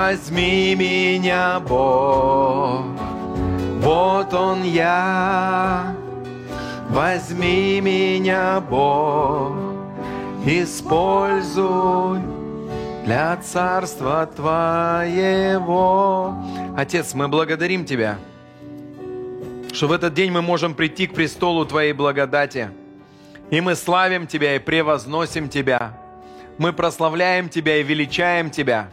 Возьми меня, Бог, вот он я. Возьми меня, Бог, используй для Царства Твоего. Отец, мы благодарим Тебя, что в этот день мы можем прийти к престолу Твоей благодати. И мы славим Тебя и превозносим Тебя. Мы прославляем Тебя и величаем Тебя.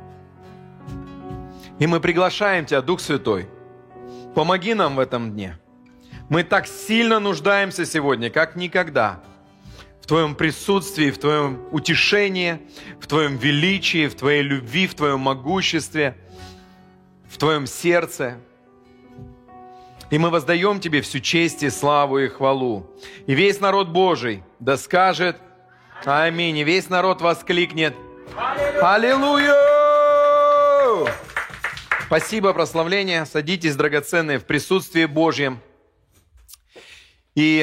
И мы приглашаем Тебя, Дух Святой, помоги нам в этом дне. Мы так сильно нуждаемся сегодня, как никогда, в Твоем присутствии, в Твоем утешении, в Твоем величии, в Твоей любви, в Твоем могуществе, в Твоем сердце. И мы воздаем Тебе всю честь и славу и хвалу. И весь народ Божий да скажет аминь. И весь народ воскликнет аллилуйя! Спасибо, прославление. Садитесь, драгоценные, в присутствии Божьем. И,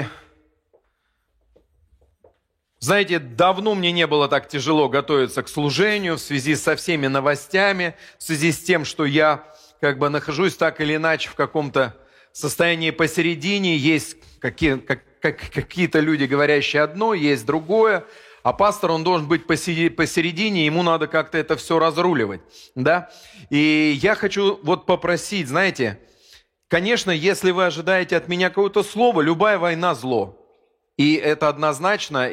знаете, давно мне не было так тяжело готовиться к служению в связи со всеми новостями, в связи с тем, что я нахожусь так или иначе в каком-то состоянии посередине. Есть какие-то люди, говорящие одно, есть другое. А пастор, он должен быть посередине, ему надо как-то это все разруливать, да? И я хочу попросить, знаете, конечно, если вы ожидаете от меня какое-то слово, любая война – зло. И это однозначно.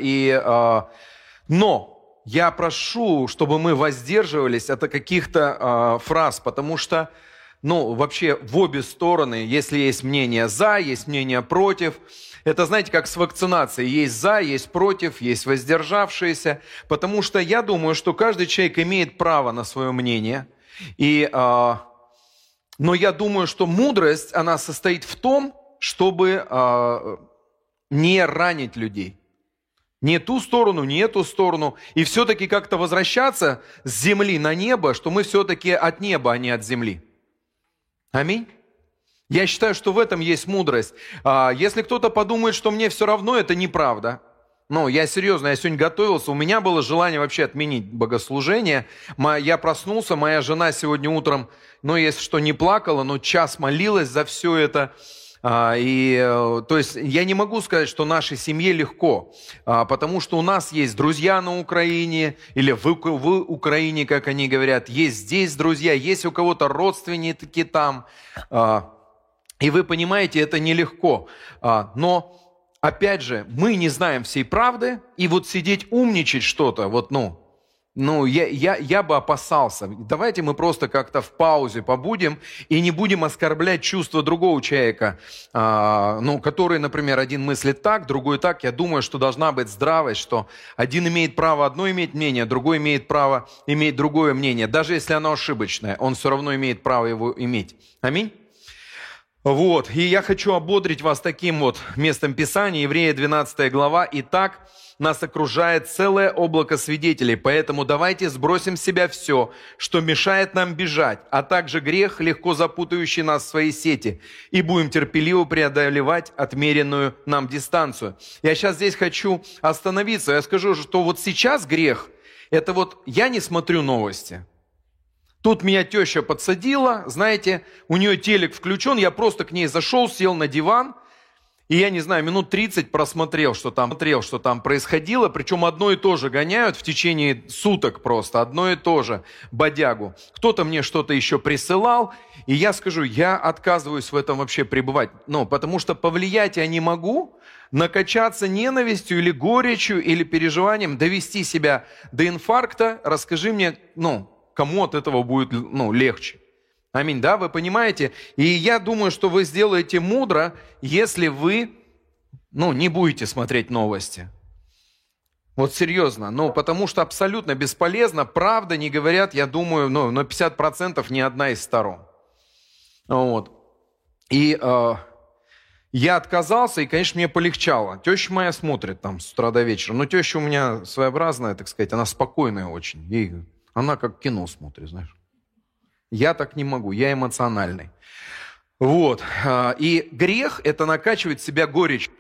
Но я прошу, чтобы мы воздерживались от каких-то фраз, потому что, вообще в обе стороны, если есть мнение «за», есть мнение «против», это, знаете, как с вакцинацией. Есть «за», есть «против», есть воздержавшиеся. Потому что я думаю, что каждый человек имеет право на свое мнение. Но я думаю, что мудрость, она состоит в том, чтобы не ранить людей. Не ту сторону, не эту сторону. И все-таки как-то возвращаться с земли на небо, что мы все-таки от неба, а не от земли. Аминь. Я считаю, что в этом есть мудрость. Если кто-то подумает, что мне все равно, это неправда. Я серьезно, я сегодня готовился, у меня было желание вообще отменить богослужение. Я проснулся, моя жена сегодня утром, если что, не плакала, но час молилась за все это. То есть я не могу сказать, что нашей семье легко, потому что у нас есть друзья на Украине, или в Украине, как они говорят, есть здесь друзья, есть у кого-то родственники там. И вы понимаете, это нелегко. Но, опять же, мы не знаем всей правды, и сидеть умничать что-то, я бы опасался. Давайте мы просто как-то в паузе побудем и не будем оскорблять чувства другого человека, который, например, один мыслит так, другой так. Я думаю, что должна быть здравость, что один имеет право одно иметь мнение, другой имеет право иметь другое мнение. Даже если оно ошибочное, он все равно имеет право его иметь. Аминь. И я хочу ободрить вас таким местом Писания, Еврея 12 глава. «Итак, нас окружает целое облако свидетелей, поэтому давайте сбросим с себя все, что мешает нам бежать, а также грех, легко запутающий нас в свои сети, и будем терпеливо преодолевать отмеренную нам дистанцию». Я сейчас здесь хочу остановиться. Я скажу, что сейчас грех, это я не смотрю новости. Тут меня теща подсадила, знаете, у нее телек включен, я просто к ней зашел, сел на диван, и я не знаю, минут 30 просмотрел, что там происходило, причем одно и то же гоняют в течение суток просто, одно и то же, бодягу. Кто-то мне что-то еще присылал, и я скажу, я отказываюсь в этом вообще пребывать, потому что повлиять я не могу, накачаться ненавистью или горечью, или переживанием, довести себя до инфаркта, расскажи мне, кому от этого будет, легче. Аминь, да, вы понимаете? И я думаю, что вы сделаете мудро, если вы, не будете смотреть новости. Серьезно, потому что абсолютно бесполезно, правда не говорят, я думаю, на 50% ни одна из сторон. И я отказался, и, конечно, мне полегчало. Теща моя смотрит там с утра до вечера. Но теща у меня своеобразная, так сказать, она спокойная очень. Она как кино смотрит, знаешь. Я так не могу, я эмоциональный. И грех – это накачивать себя горечью.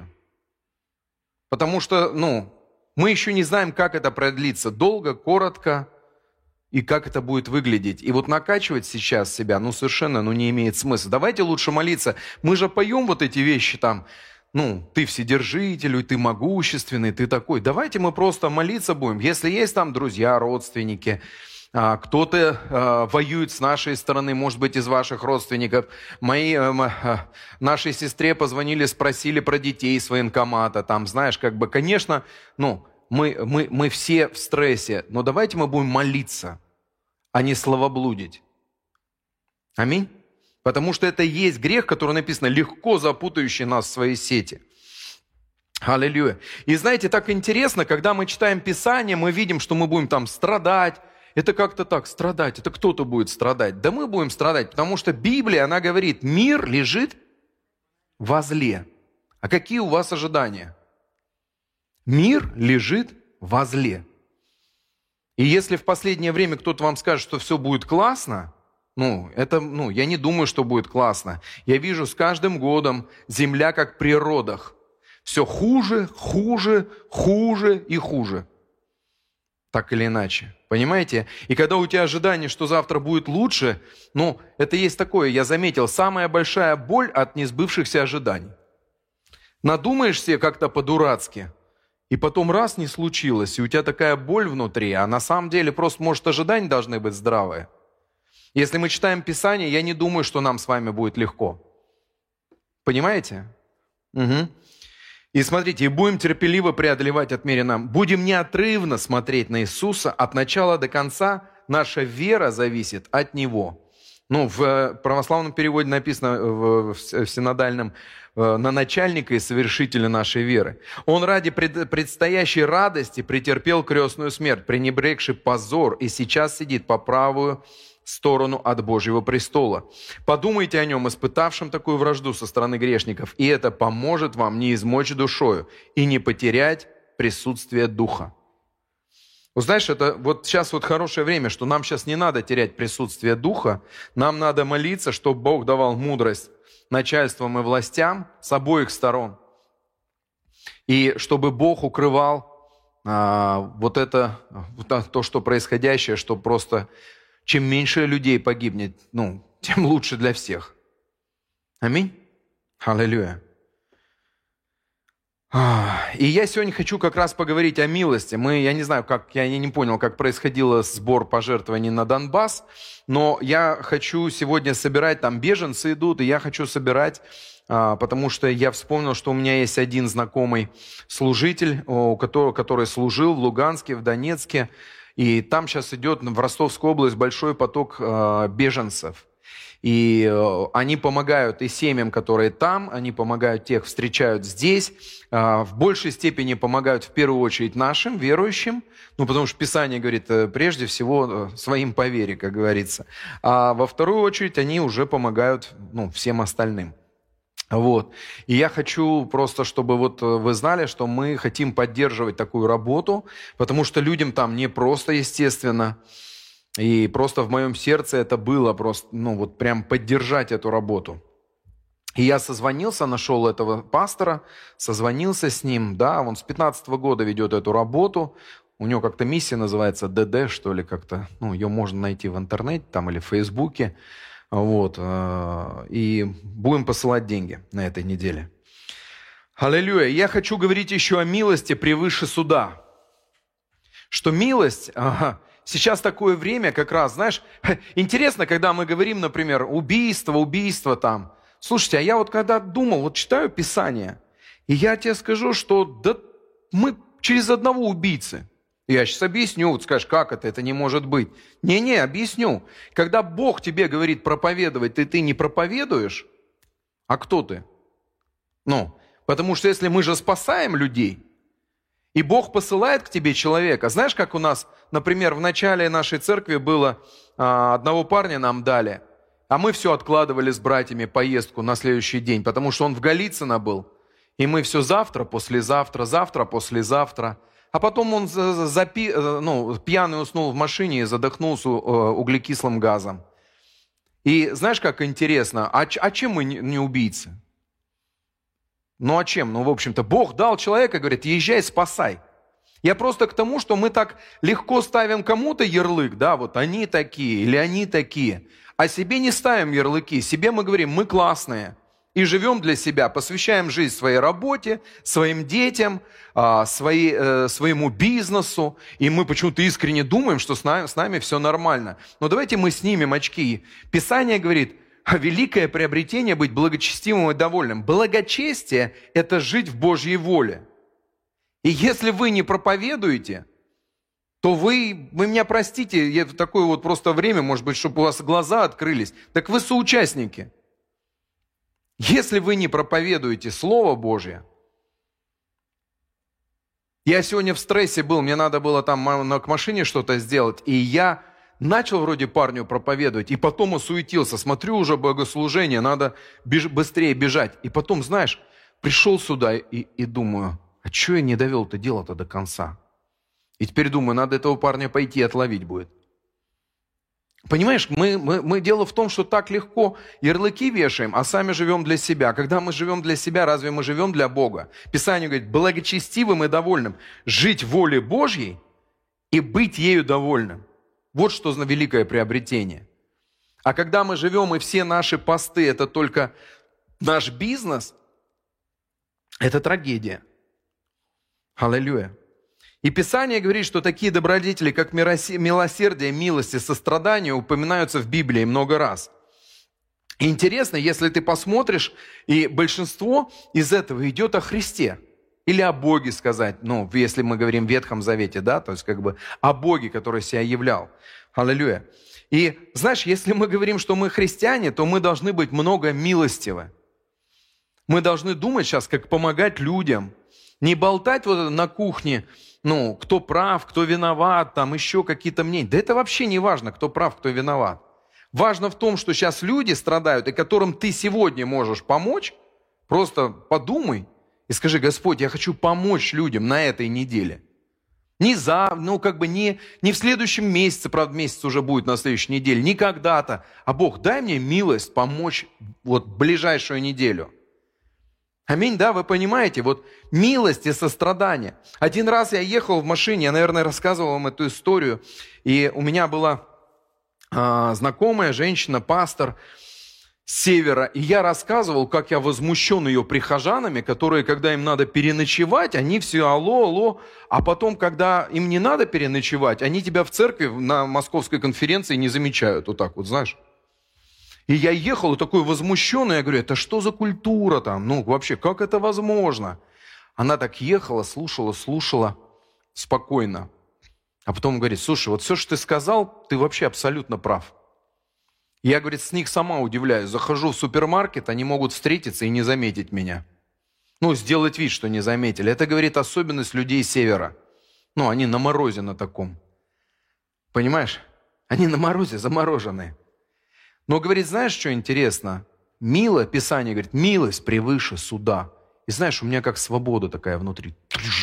Потому что, мы еще не знаем, как это продлится. Долго, коротко. и как это будет выглядеть. И вот накачивать сейчас себя, совершенно, не имеет смысла. Давайте лучше молиться. Мы же поем вот эти вещи там, ты вседержитель, ты могущественный, ты такой. Давайте мы просто молиться будем. Если есть там друзья, родственники, кто-то воюет с нашей стороны, может быть, из ваших родственников. Нашей сестре позвонили, спросили про детей с военкомата. Там, знаешь, конечно, мы все в стрессе, но давайте мы будем молиться, а не словоблудить. Аминь. Потому что это и есть грех, который написано, легко запутающий нас в свои сети. Аллилуйя. И знаете, так интересно, когда мы читаем Писание, мы видим, что мы будем там страдать. Это как-то так, страдать, это кто-то будет страдать. Да мы будем страдать, потому что Библия, она говорит, мир лежит возле. А какие у вас ожидания? Мир лежит возле. И если в последнее время кто-то вам скажет, что все будет классно, я не думаю, что будет классно. Я вижу с каждым годом земля как при родах. Все хуже, хуже, хуже и хуже. Так или иначе. Понимаете? И когда у тебя ожидание, что завтра будет лучше, это есть такое, я заметил, самая большая боль от несбывшихся ожиданий. Надумаешься как-то по-дурацки, и потом раз не случилось, и у тебя такая боль внутри, а на самом деле просто, может, ожидания должны быть здравые. Если мы читаем Писание, я не думаю, что нам с вами будет легко. Понимаете? Угу. И смотрите, и будем терпеливо преодолевать отмере нам. Будем неотрывно смотреть на Иисуса от начала до конца. Наша вера зависит от Него. В православном переводе написано, в синодальном, на начальника и совершителя нашей веры. Он ради предстоящей радости претерпел крестную смерть, пренебрегший позор, и сейчас сидит по правую сторону от Божьего престола. Подумайте о нем, испытавшем такую вражду со стороны грешников, и это поможет вам не измочь душою и не потерять присутствие Духа. Знаешь, это вот сейчас хорошее время, что нам сейчас не надо терять присутствие Духа, нам надо молиться, чтобы Бог давал мудрость начальствам и властям с обоих сторон, и чтобы Бог укрывал то, что происходящее, что просто чем меньше людей погибнет, тем лучше для всех. Аминь. Аллилуйя. И я сегодня хочу как раз поговорить о милости. Я не знаю, я не понял, как происходил сбор пожертвований на Донбасс, но я хочу сегодня собирать, там беженцы идут, и я хочу собирать, потому что я вспомнил, что у меня есть один знакомый служитель, который служил в Луганске, в Донецке, и там сейчас идет в Ростовскую область большой поток беженцев. И они помогают и семьям, которые там, они помогают тех, встречают здесь, в большей степени помогают в первую очередь нашим, верующим, потому что Писание говорит, прежде всего, своим по вере, как говорится. А во вторую очередь они уже помогают всем остальным. И я хочу просто, чтобы вы знали, что мы хотим поддерживать такую работу, потому что людям там не просто, естественно, и просто в моем сердце это было просто, прям поддержать эту работу. И я созвонился, нашел этого пастора, созвонился с ним, он с 15 года ведет эту работу, у него как-то миссия называется ДД, что ли, как-то, ее можно найти в интернете там или в Фейсбуке. И будем посылать деньги на этой неделе. Аллилуйя. Я хочу говорить еще о милости превыше суда. Что милость, сейчас такое время как раз, знаешь, интересно, когда мы говорим, например, убийство там. Слушайте, а я когда думал, читаю Писание, и я тебе скажу, что мы через одного убийцы. Я сейчас объясню, скажешь, как это не может быть. Не, объясню. Когда Бог тебе говорит проповедовать, ты не проповедуешь, а кто ты? Потому что если мы же спасаем людей, и Бог посылает к тебе человека. Знаешь, как у нас, например, в начале нашей церкви было, одного парня нам дали, а мы все откладывали с братьями поездку на следующий день, потому что он в Голицыно был. И мы все завтра, послезавтра, А потом он пьяный уснул в машине и задохнулся углекислым газом. И знаешь, как интересно, а чем мы не убийцы? А чем? В общем-то, Бог дал человека, говорит, езжай, спасай. Я просто к тому, что мы так легко ставим кому-то ярлык, да, вот они такие или они такие, а себе не ставим ярлыки, себе мы говорим, мы классные, и живем для себя, посвящаем жизнь своей работе, своим детям, своему бизнесу, и мы почему-то искренне думаем, что с нами все нормально. Но давайте мы снимем очки. Писание говорит, великое приобретение быть благочестивым и довольным. Благочестие – это жить в Божьей воле. И если вы не проповедуете, то вы меня простите, это такое вот просто время, может быть, чтобы у вас глаза открылись, так вы соучастники. Если вы не проповедуете Слово Божье, я сегодня в стрессе был, мне надо было там к машине что-то сделать, и я начал вроде парню проповедовать, и потом осуетился, смотрю уже богослужение, надо быстрее бежать. И потом, знаешь, пришел сюда и думаю, а что я не довел это дело-то до конца? И теперь думаю, надо этого парня пойти и отловить будет. Понимаешь, мы дело в том, что так легко ярлыки вешаем, а сами живем для себя. Когда мы живем для себя, разве мы живем для Бога? Писание говорит, благочестивым и довольным. Жить в воле Божьей и быть ею довольным. Вот что за великое приобретение. А когда мы живем, и все наши посты, это только наш бизнес, это трагедия. Аллилуйя. И Писание говорит, что такие добродетели, как милосердие, милость и сострадание, упоминаются в Библии много раз. И интересно, если ты посмотришь, и большинство из этого идет о Христе. Или о Боге сказать, если мы говорим в Ветхом Завете, да, то есть как бы о Боге, который себя являл. Аллилуйя. И знаешь, если мы говорим, что мы христиане, то мы должны быть много милостивы. Мы должны думать сейчас, как помогать людям. Не болтать вот на кухне, кто прав, кто виноват, там еще какие-то мнения. Да это вообще не важно, кто прав, кто виноват. Важно в том, что сейчас люди страдают, и которым ты сегодня можешь помочь. Просто подумай и скажи, Господь, я хочу помочь людям на этой неделе. Не в следующем месяце, правда, месяц уже будет на следующей неделе, не когда-то. А Бог, дай мне милость помочь вот ближайшую неделю. Аминь, да, вы понимаете, вот милость и сострадание. Один раз я ехал в машине, я, наверное, рассказывал вам эту историю, и у меня была знакомая женщина, пастор с севера, и я рассказывал, как я возмущен ее прихожанами, которые, когда им надо переночевать, они все алло, а потом, когда им не надо переночевать, они тебя в церкви на московской конференции не замечают, вот так вот, знаешь. И я ехал такой возмущенный, я говорю, это что за культура там? Вообще, как это возможно? Она так ехала, слушала спокойно. А потом говорит, слушай, вот все, что ты сказал, ты вообще абсолютно прав. Я, говорит, с них сама удивляюсь. Захожу в супермаркет, они могут встретиться и не заметить меня. Сделать вид, что не заметили. Это, говорит, особенность людей севера. Они на морозе на таком. Понимаешь? Они на морозе замороженные. Но, говорит, знаешь, что интересно? Писание говорит, милость превыше суда. И знаешь, у меня как свобода такая внутри.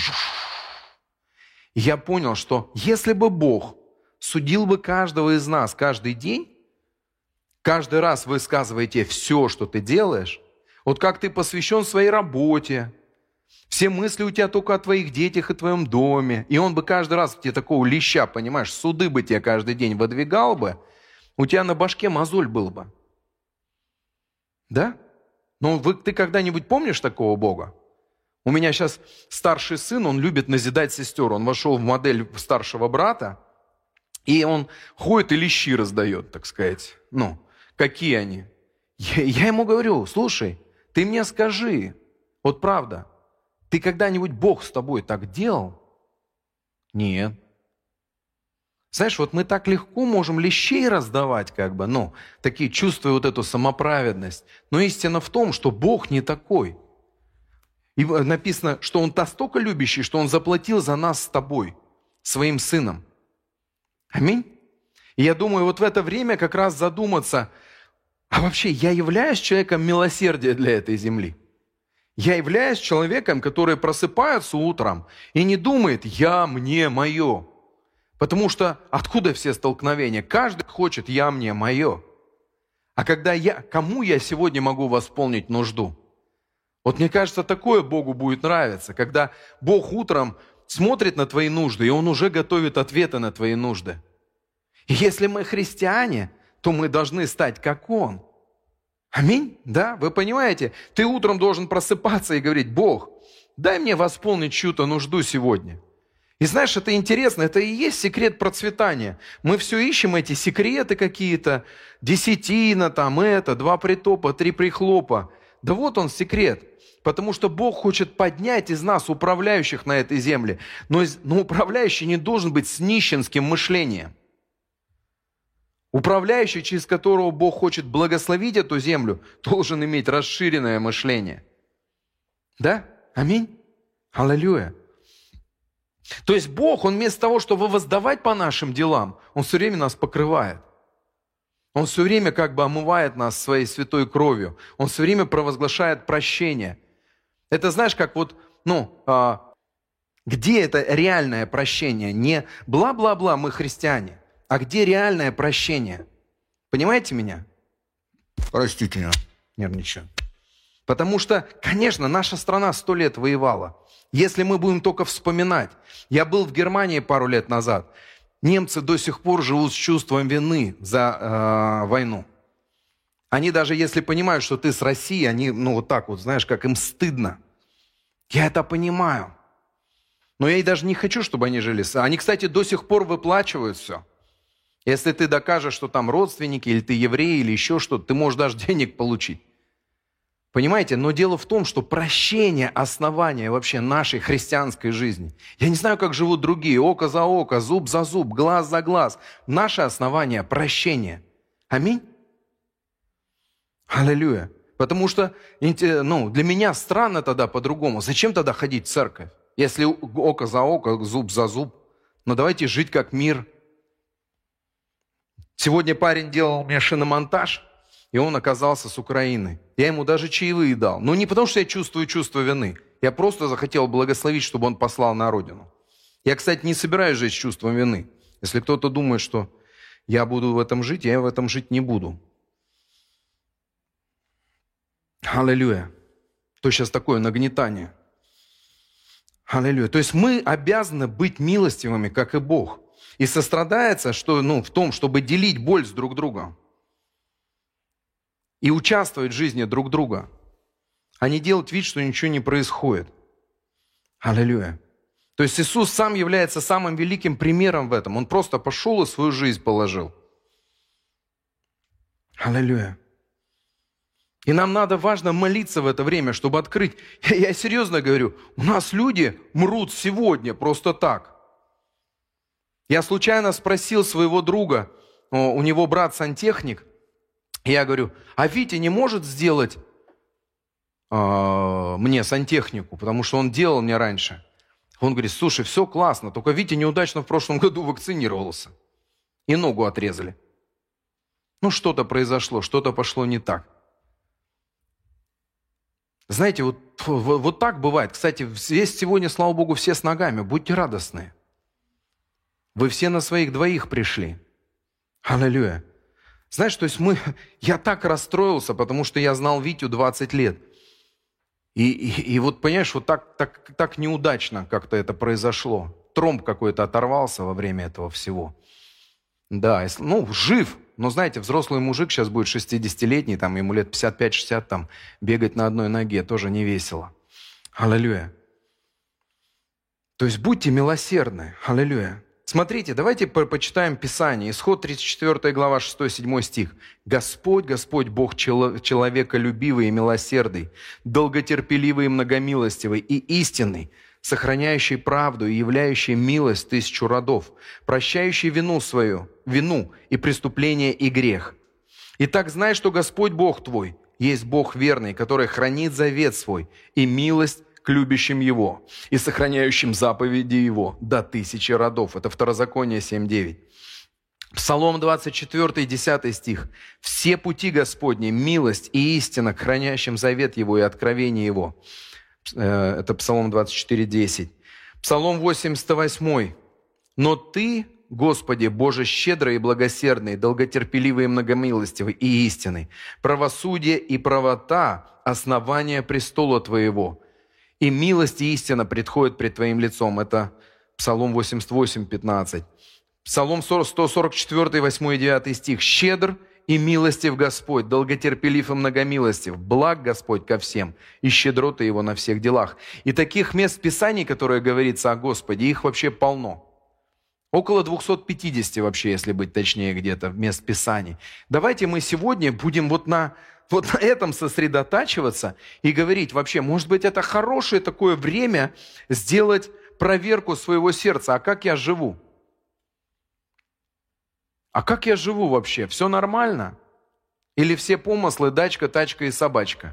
И я понял, что если бы Бог судил бы каждого из нас каждый день, каждый раз высказываете все, что ты делаешь, вот как ты посвящен своей работе, все мысли у тебя только о твоих детях и твоем доме, и он бы каждый раз тебе такого леща, понимаешь, суды бы тебе каждый день выдвигал бы, у тебя на башке мозоль был бы. Да? Ты когда-нибудь помнишь такого Бога? У меня сейчас старший сын, он любит назидать сестер. Он вошел в модель старшего брата, и он ходит и лещи раздает, так сказать. Какие они? Я ему говорю, слушай, ты мне скажи, вот правда, ты когда-нибудь Бог с тобой так делал? Нет. Знаешь, вот мы так легко можем лещей раздавать, такие чувствуя вот эту самоправедность. Но истина в том, что Бог не такой. И написано, что Он настолько любящий, что Он заплатил за нас с тобой, своим Сыном. Аминь. И я думаю, вот в это время как раз задуматься, а вообще я являюсь человеком милосердия для этой земли? Я являюсь человеком, который просыпается утром и не думает «я, мне, мое». Потому что откуда все столкновения? Каждый хочет «я, мне, мое». А кому я сегодня могу восполнить нужду? Вот мне кажется, такое Богу будет нравиться, когда Бог утром смотрит на твои нужды, и Он уже готовит ответы на твои нужды. И если мы христиане, то мы должны стать как Он. Аминь? Да, вы понимаете? Ты утром должен просыпаться и говорить: Бог, дай мне восполнить чью-то нужду сегодня. И знаешь, это интересно, это и есть секрет процветания. Мы все ищем эти секреты какие-то, десятина, там это, 2 притопа, 3 прихлопа. Да вот он секрет. Потому что Бог хочет поднять из нас управляющих на этой земле. Но управляющий не должен быть с нищенским мышлением. Управляющий, через которого Бог хочет благословить эту землю, должен иметь расширенное мышление. Да? Аминь? Аллилуйя. То есть Бог, Он вместо того, чтобы воздавать по нашим делам, Он все время нас покрывает. Он все время как бы омывает нас своей святой кровью. Он все время провозглашает прощение. Это знаешь, как вот, где это реальное прощение? Не бла-бла-бла, мы христиане, а где реальное прощение? Понимаете меня? Простите меня. Нервничаю. Потому что, конечно, наша страна 100 лет воевала. Если мы будем только вспоминать. Я был в Германии пару лет назад. Немцы до сих пор живут с чувством вины за войну. Они даже если понимают, что ты с Россией, они, вот так вот, знаешь, как им стыдно. Я это понимаю. Но я и даже не хочу, чтобы они жили. Они, кстати, до сих пор выплачивают все. Если ты докажешь, что там родственники, или ты еврей, или еще что-то, ты можешь даже денег получить. Понимаете? Но дело в том, что прощение – основание вообще нашей христианской жизни. Я не знаю, как живут другие. Око за око, зуб за зуб, глаз за глаз. Наше основание – прощение. Аминь? Аллилуйя. Потому что для меня странно тогда по-другому. Зачем тогда ходить в церковь? Если око за око, зуб за зуб. Но давайте жить как мир. Сегодня парень делал мне шиномонтаж. И он оказался с Украины. Я ему даже чаевые дал. Но не потому, что я чувствую чувство вины. Я просто захотел благословить, чтобы он послал на родину. Я, кстати, не собираюсь жить с чувством вины. Если кто-то думает, что я буду в этом жить, я в этом жить не буду. Аллилуйя. То сейчас такое нагнетание. Аллилуйя. То есть мы обязаны быть милостивыми, как и Бог. И сострадается, что, в том, чтобы делить боль с друг другом. И участвовать в жизни друг друга, а не делать вид, что ничего не происходит. Аллилуйя. То есть Иисус сам является самым великим примером в этом. Он просто пошел и свою жизнь положил. Аллилуйя. И нам важно молиться в это время, чтобы открыть. Я серьезно говорю, у нас люди мрут сегодня просто так. Я случайно спросил своего друга, у него брат сантехник, я говорю, а Витя не может сделать мне сантехнику, потому что он делал мне раньше. Он говорит, слушай, все классно, только Витя неудачно в прошлом году вакцинировался. И ногу отрезали. Что-то произошло, что-то пошло не так. Знаете, вот так бывает. Кстати, здесь сегодня, слава Богу, все с ногами. Будьте радостны. Вы все на своих двоих пришли. Аллилуйя. Знаешь, то есть я так расстроился, потому что я знал Витю 20 лет. И вот, понимаешь, вот так неудачно как-то это произошло. Тромб какой-то оторвался во время этого всего. Да, жив. Но, знаете, взрослый мужик сейчас будет 60-летний, ему лет 55-60, бегать на одной ноге тоже не весело. Аллилуйя. То есть будьте милосердны. Аллилуйя. Смотрите, давайте почитаем Писание. Исход 34 глава 6-7 стих. «Господь, Господь Бог человеколюбивый и милосердный, долготерпеливый и многомилостивый и истинный, сохраняющий правду и являющий милость 1000 родов, прощающий вину и преступление и грех. Итак, знай, что Господь Бог твой есть Бог верный, который хранит завет свой и милость к любящим Его и сохраняющим заповеди Его до 1000 родов». Это Второзаконие 7:9. Псалом 24, 10 стих. «Все пути Господни, милость и истина к хранящим завет Его и откровение Его». Это Псалом 24:10. Псалом 88. «Но Ты, Господи, Боже щедрый и благосердный, долготерпеливый и многомилостивый и истинный, правосудие и правота – основание престола Твоего, и милость и истина предходят пред Твоим лицом». Это Псалом 88, 15. Псалом 144, 8 и 9 стих. «Щедр и милостив Господь, долготерпелив и многомилостив, благ Господь ко всем, и щедрота Его на всех делах». И таких мест Писаний, которые говорится о Господе, их вообще полно. Около 250 вообще, если быть точнее, где-то мест Писаний. Давайте мы сегодня будем вот на этом сосредотачиваться и говорить вообще, может быть, это хорошее такое время сделать проверку своего сердца. А как я живу? А как я живу вообще? Все нормально? Или все помыслы дачка, тачка и собачка?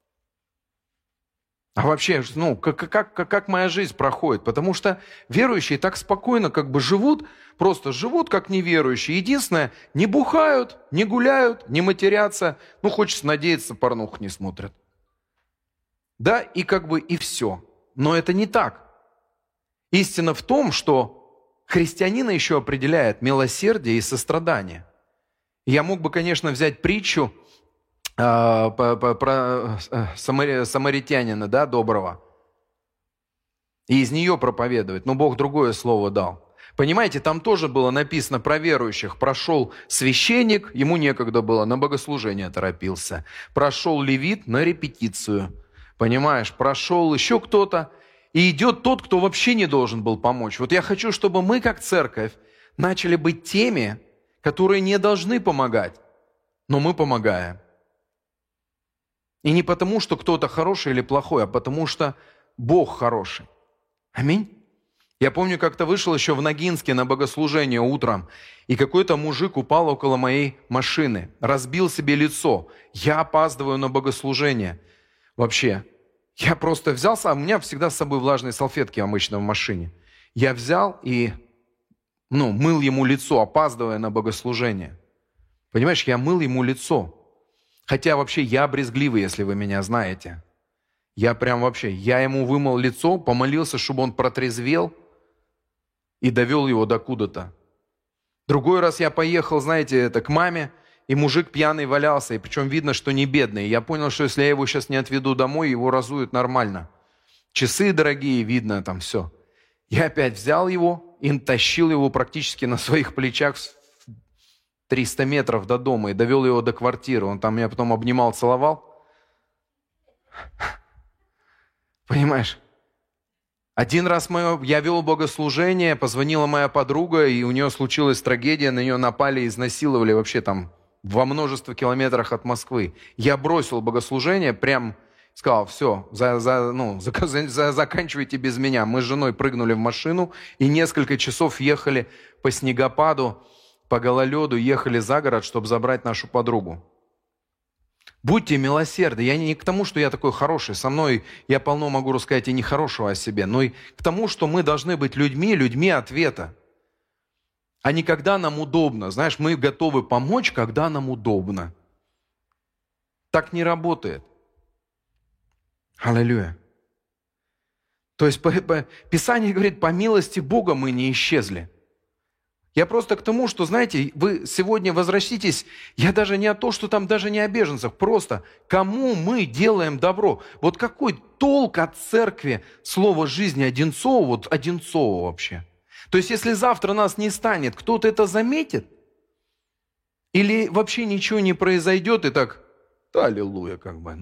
А вообще, как моя жизнь проходит? Потому что верующие так спокойно как бы живут, просто живут как неверующие. Единственное, не бухают, не гуляют, не матерятся. Хочется надеяться, порнуху не смотрят. Да, и как бы и все. Но это не так. Истина в том, что христианина еще определяет милосердие и сострадание. Я мог бы, конечно, взять притчу про самаритянина, да, доброго, и из нее проповедовать, но Бог другое слово дал. Понимаете, там тоже было написано про верующих. Прошел священник, ему некогда было, на богослужение торопился. Прошел левит на репетицию. Понимаешь, прошел еще кто-то, и идет тот, кто вообще не должен был помочь. Вот я хочу, чтобы мы, как церковь, начали быть теми, которые не должны помогать, но мы помогаем. И не потому, что кто-то хороший или плохой, а потому что Бог хороший. Аминь. Я помню, как-то вышел еще в Ногинске на богослужение утром, и какой-то мужик упал около моей машины, разбил себе лицо. Я опаздываю на богослужение. Вообще, я просто взял, у меня всегда с собой влажные салфетки обычно в машине. Я взял и мыл ему лицо, опаздывая на богослужение. Понимаешь, я мыл ему лицо. Хотя вообще я брезгливый, если вы меня знаете. Я ему вымыл лицо, помолился, чтобы он протрезвел и довел его до куда-то. Другой раз я поехал, знаете, к маме, и мужик пьяный валялся, и причем видно, что не бедный. Я понял, что если я его сейчас не отведу домой, его разуют нормально. Часы дорогие, видно там все. Я опять взял его и тащил его практически на своих плечах 300 метров до дома и довел его до квартиры. Он там меня потом обнимал, целовал. Понимаешь? Один раз я вел богослужение, позвонила моя подруга, и у нее случилась трагедия, на нее напали, изнасиловали вообще там во множество километрах от Москвы. Я бросил богослужение, прям сказал, все, заканчивайте без меня. Мы с женой прыгнули в машину и несколько часов ехали по снегопаду, по гололеду, ехали за город, чтобы забрать нашу подругу. Будьте милосердны. Я не к тому, что я такой хороший. Со мной я полно могу рассказать и нехорошего о себе, но и к тому, что мы должны быть людьми ответа. А не когда нам удобно. Знаешь, мы готовы помочь, когда нам удобно. Так не работает. Аллилуйя. То есть Писание говорит, по милости Бога мы не исчезли. Я просто к тому, что, знаете, вы сегодня возвратитесь, я даже не о том, что там даже не о беженцах, просто кому мы делаем добро. Вот какой толк от церкви слова жизни Одинцова, Одинцова вообще? То есть, если завтра нас не станет, кто-то это заметит? Или вообще ничего не произойдет и так, аллилуйя,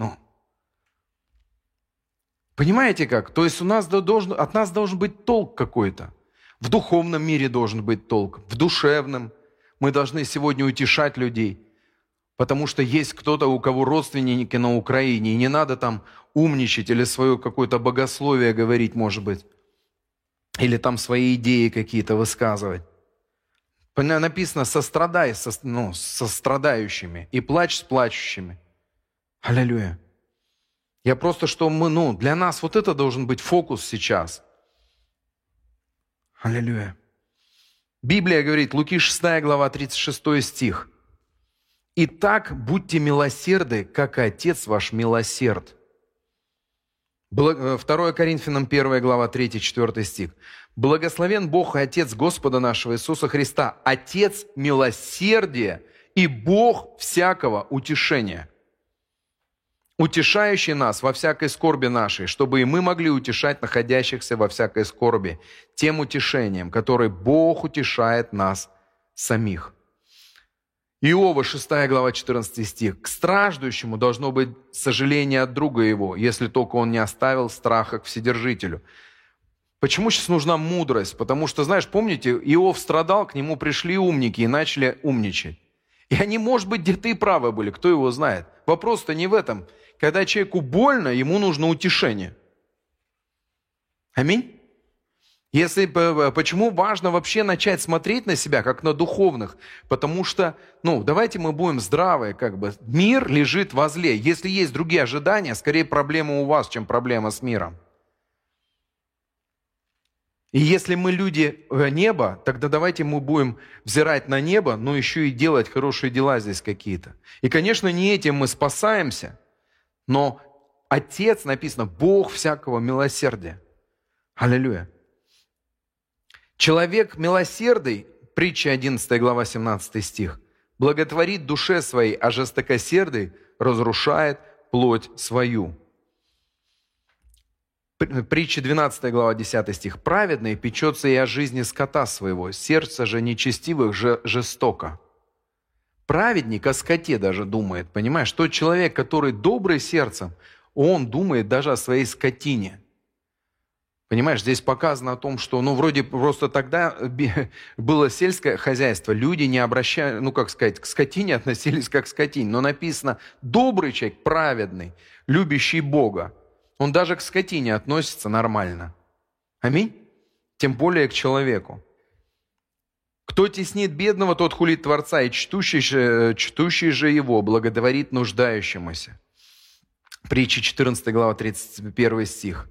Понимаете как? То есть от нас должен быть толк какой-то. В духовном мире должен быть толк, в душевном. Мы должны сегодня утешать людей, потому что есть кто-то, у кого родственники на Украине, и не надо там умничать или свое какое-то богословие говорить, может быть, или там свои идеи какие-то высказывать. Написано, сострадай со страдающими и плачь с плачущими. Аллилуйя. Я просто, для нас вот это должен быть фокус сейчас. Аллилуйя. Библия говорит, Луки 6 глава, 36 стих. «Итак, будьте милосерды, как и Отец ваш милосерд». 2 Коринфянам 1 глава, 3-4 стих. «Благословен Бог и Отец Господа нашего Иисуса Христа, Отец милосердия и Бог всякого утешения». утешающий нас во всякой скорби нашей, чтобы и мы могли утешать находящихся во всякой скорби тем утешением, которое Бог утешает нас самих». Иова, 6 глава, 14 стих. «К страждущему должно быть сожаление от друга его, если только он не оставил страха к Вседержителю». Почему сейчас нужна мудрость? Потому что, знаешь, помните, Иов страдал, к нему пришли умники и начали умничать. И они, может быть, где-то и правы были, кто его знает. Вопрос-то не в этом. Когда человеку больно, ему нужно утешение. Аминь. Почему важно вообще начать смотреть на себя, как на духовных? Потому что, давайте мы будем здравы, Мир лежит возле. Если есть другие ожидания, скорее проблема у вас, чем проблема с миром. И если мы люди неба, тогда давайте мы будем взирать на небо, но еще и делать хорошие дела здесь какие-то. И, конечно, не этим мы спасаемся, но Отец, написано, Бог всякого милосердия. Аллилуйя. Человек милосердный, притча 11 глава 17 стих, благотворит душе своей, а жестокосердый разрушает плоть свою. Притча 12 глава 10 стих. Праведный печется и о жизни скота своего, сердце же нечестивых жестоко. Праведник о скоте даже думает, понимаешь? Тот человек, который добрый сердцем, он думает даже о своей скотине. Понимаешь, здесь показано о том, что, вроде просто тогда было сельское хозяйство, люди не обращали, к скотине относились как к скотине, но написано, добрый человек, праведный, любящий Бога, он даже к скотине относится нормально. Аминь? Тем более к человеку. Кто теснит бедного, тот хулит Творца, и чтущий же его благотворит нуждающемуся. Притча 14 глава 31 стих.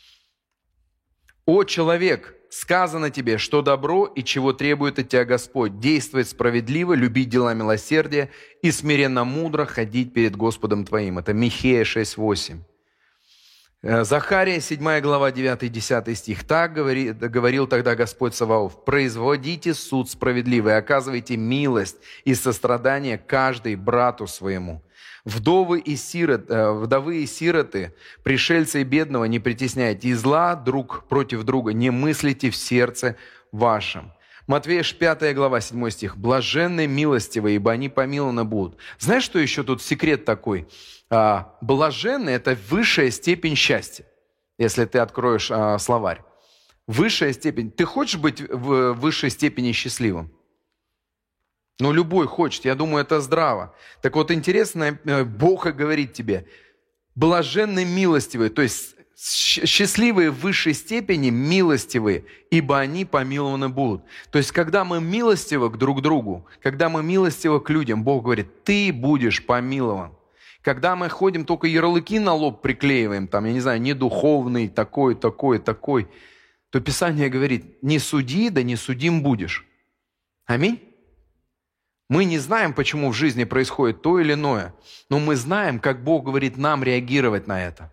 «О, человек, сказано тебе, что добро и чего требует от тебя Господь, действовать справедливо, любить дела милосердия и смиренно мудро ходить перед Господом твоим». Это Михея 6:8. Захария 7 глава 9-10 стих. «Так говорил тогда Господь Саваоф: производите суд справедливый, оказывайте милость и сострадание каждый брату своему. Вдовы и сироты, пришельцы и бедного не притесняйте, и зла друг против друга не мыслите в сердце вашем». Матвея 5 глава 7 стих. «Блаженны милостивые, ибо они помилованы будут». Знаешь, что еще тут секрет такой? Блаженный – это высшая степень счастья, если ты откроешь словарь. Высшая степень. Ты хочешь быть в высшей степени счастливым? Любой хочет, я думаю, это здраво. Так вот, интересно, Бог говорит тебе, блаженны милостивые, то есть счастливые в высшей степени милостивые, ибо они помилованы будут. То есть, когда мы милостивы к друг другу, когда мы милостивы к людям, Бог говорит, ты будешь помилован. Когда мы ходим, только ярлыки на лоб приклеиваем, недуховный, такой, то Писание говорит, не суди, да не судим будешь. Аминь. Мы не знаем, почему в жизни происходит то или иное, но мы знаем, как Бог говорит нам реагировать на это.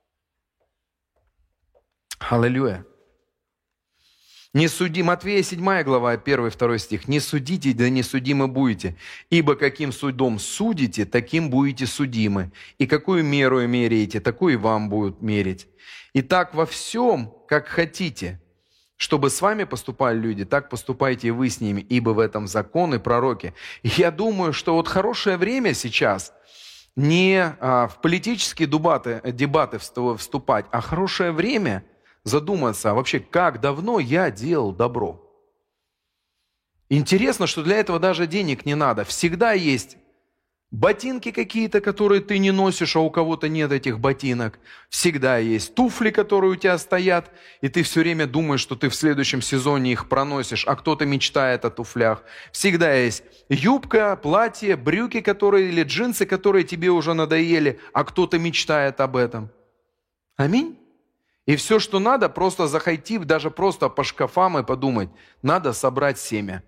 Аллилуйя. Не суди, Матвея 7 глава 1-2 стих. «Не судите, да не судимы будете, ибо каким судом судите, таким будете судимы, и какую меру меряете, такую и вам будут мерить. И так во всем, как хотите, чтобы с вами поступали люди, так поступайте и вы с ними, ибо в этом закон и пророки». И я думаю, что хорошее время сейчас не в политические дебаты вступать, а хорошее время задуматься, вообще, как давно я делал добро. Интересно, что для этого даже денег не надо. Всегда есть ботинки какие-то, которые ты не носишь, а у кого-то нет этих ботинок. Всегда есть туфли, которые у тебя стоят, и ты все время думаешь, что ты в следующем сезоне их проносишь, а кто-то мечтает о туфлях. Всегда есть юбка, платье, брюки, или джинсы, которые тебе уже надоели, а кто-то мечтает об этом. Аминь. И все, что надо, просто захойти, даже просто по шкафам и подумать, надо собрать семя.